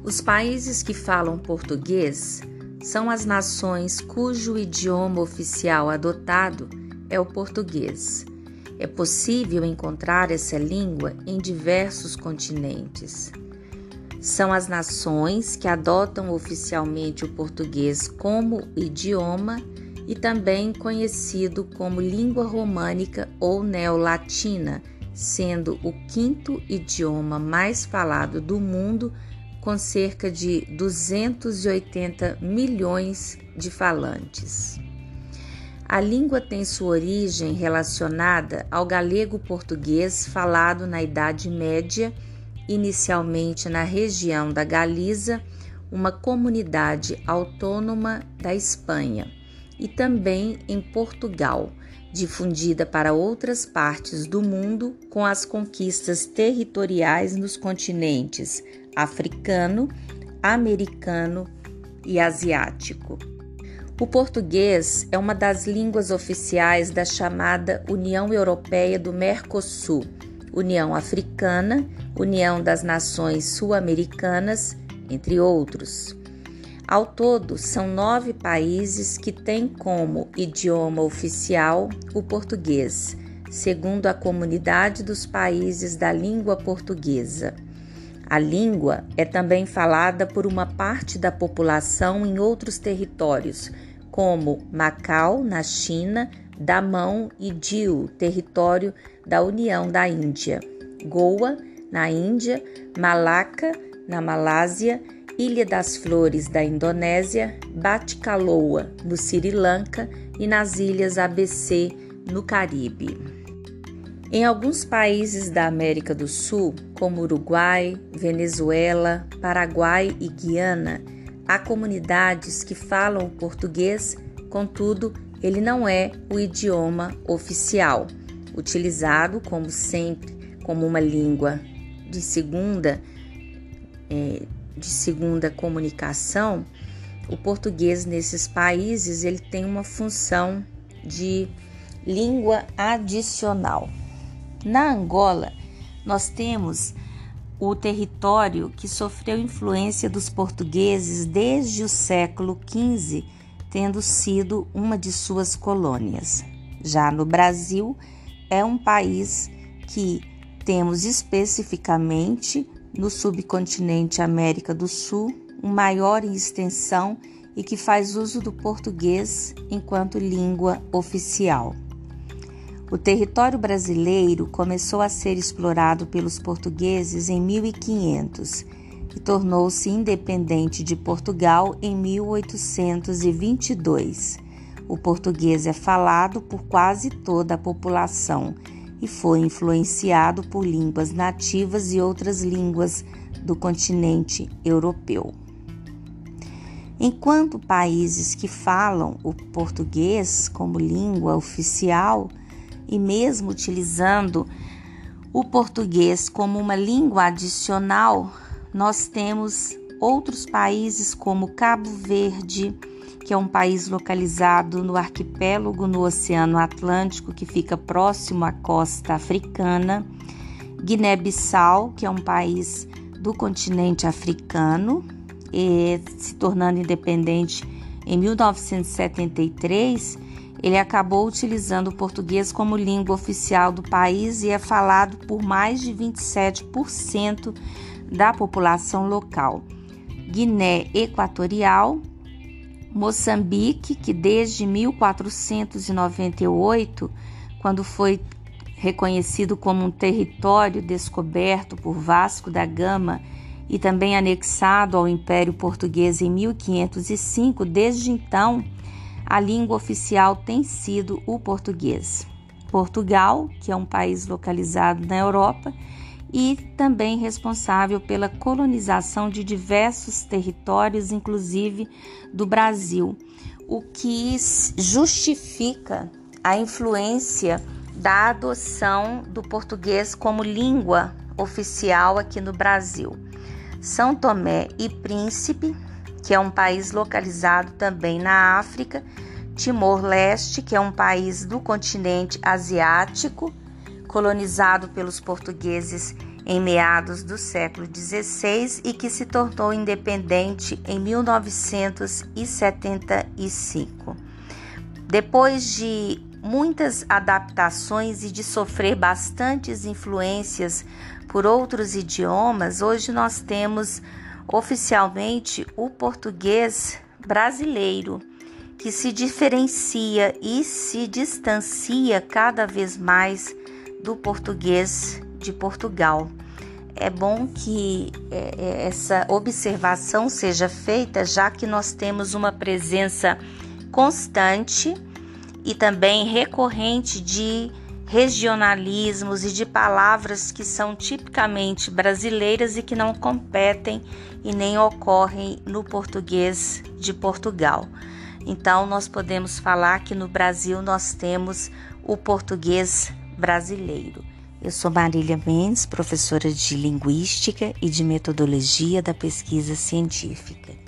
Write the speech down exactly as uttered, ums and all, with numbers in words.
Os países que falam português são as nações cujo idioma oficial adotado é o português. É possível encontrar essa língua em diversos continentes. São as nações que adotam oficialmente o português como idioma e também conhecido como língua românica ou neolatina, sendo o quinto idioma mais falado do mundo, com cerca de duzentos e oitenta milhões de falantes. A língua tem sua origem relacionada ao galego-português falado na Idade Média, inicialmente na região da Galiza, uma comunidade autônoma da Espanha, e também em Portugal, difundida para outras partes do mundo com as conquistas territoriais nos continentes africano, americano e asiático. O português é uma das línguas oficiais da chamada União Europeia do Mercosul, União Africana, União das Nações Sul-Americanas, entre outros. Ao todo, são nove países que têm como idioma oficial o português, segundo a Comunidade dos Países da Língua Portuguesa. A língua é também falada por uma parte da população em outros territórios, como Macau, na China, Damão e Diu, território da União da Índia, Goa, na Índia, Malaca, na Malásia, Ilha das Flores da Indonésia, Batticaloa, no Sri Lanka e nas Ilhas A B C, no Caribe. Em alguns países da América do Sul, como Uruguai, Venezuela, Paraguai e Guiana, há comunidades que falam o português, contudo, ele não é o idioma oficial, utilizado, como sempre, como uma língua de segunda, é, de segunda comunicação. O português nesses países ele tem uma função de língua adicional. Na Angola, nós temos o território que sofreu influência dos portugueses desde o século quinze, tendo sido uma de suas colônias. Já no Brasil, é um país que temos especificamente no subcontinente América do Sul, um maior em extensão e que faz uso do português enquanto língua oficial. O território brasileiro começou a ser explorado pelos portugueses em mil e quinhentos e tornou-se independente de Portugal em mil oitocentos e vinte e dois. O português é falado por quase toda a população e foi influenciado por línguas nativas e outras línguas do continente europeu. Enquanto países que falam o português como língua oficial e mesmo utilizando o português como uma língua adicional, nós temos outros países como Cabo Verde, que é um país localizado no arquipélago no Oceano Atlântico, que fica próximo à costa africana, Guiné-Bissau, que é um país do continente africano, e, se tornando independente em mil novecentos e setenta e três, ele acabou utilizando o português como língua oficial do país e é falado por mais de vinte e sete por cento da população local. Guiné Equatorial, Moçambique, que desde mil quatrocentos e noventa e oito, quando foi reconhecido como um território descoberto por Vasco da Gama e também anexado ao Império Português em mil quinhentos e cinco, desde então, a língua oficial tem sido o português. Portugal, que é um país localizado na Europa e também responsável pela colonização de diversos territórios, inclusive do Brasil, o que justifica a influência da adoção do português como língua oficial aqui no Brasil. São Tomé e Príncipe, que é um país localizado também na África, Timor-Leste, que é um país do continente asiático, colonizado pelos portugueses em meados do século dezesseis e que se tornou independente em mil novecentos e setenta e cinco. Depois de muitas adaptações e de sofrer bastantes influências por outros idiomas, hoje nós temos oficialmente o português brasileiro, que se diferencia e se distancia cada vez mais do português de Portugal. É bom que é, essa observação seja feita, já que nós temos uma presença constante e também recorrente de regionalismos e de palavras que são tipicamente brasileiras e que não competem e nem ocorrem no português de Portugal. Então, nós podemos falar que no Brasil nós temos o português brasileiro. Eu sou Marília Mendes, professora de Linguística e de Metodologia da Pesquisa Científica.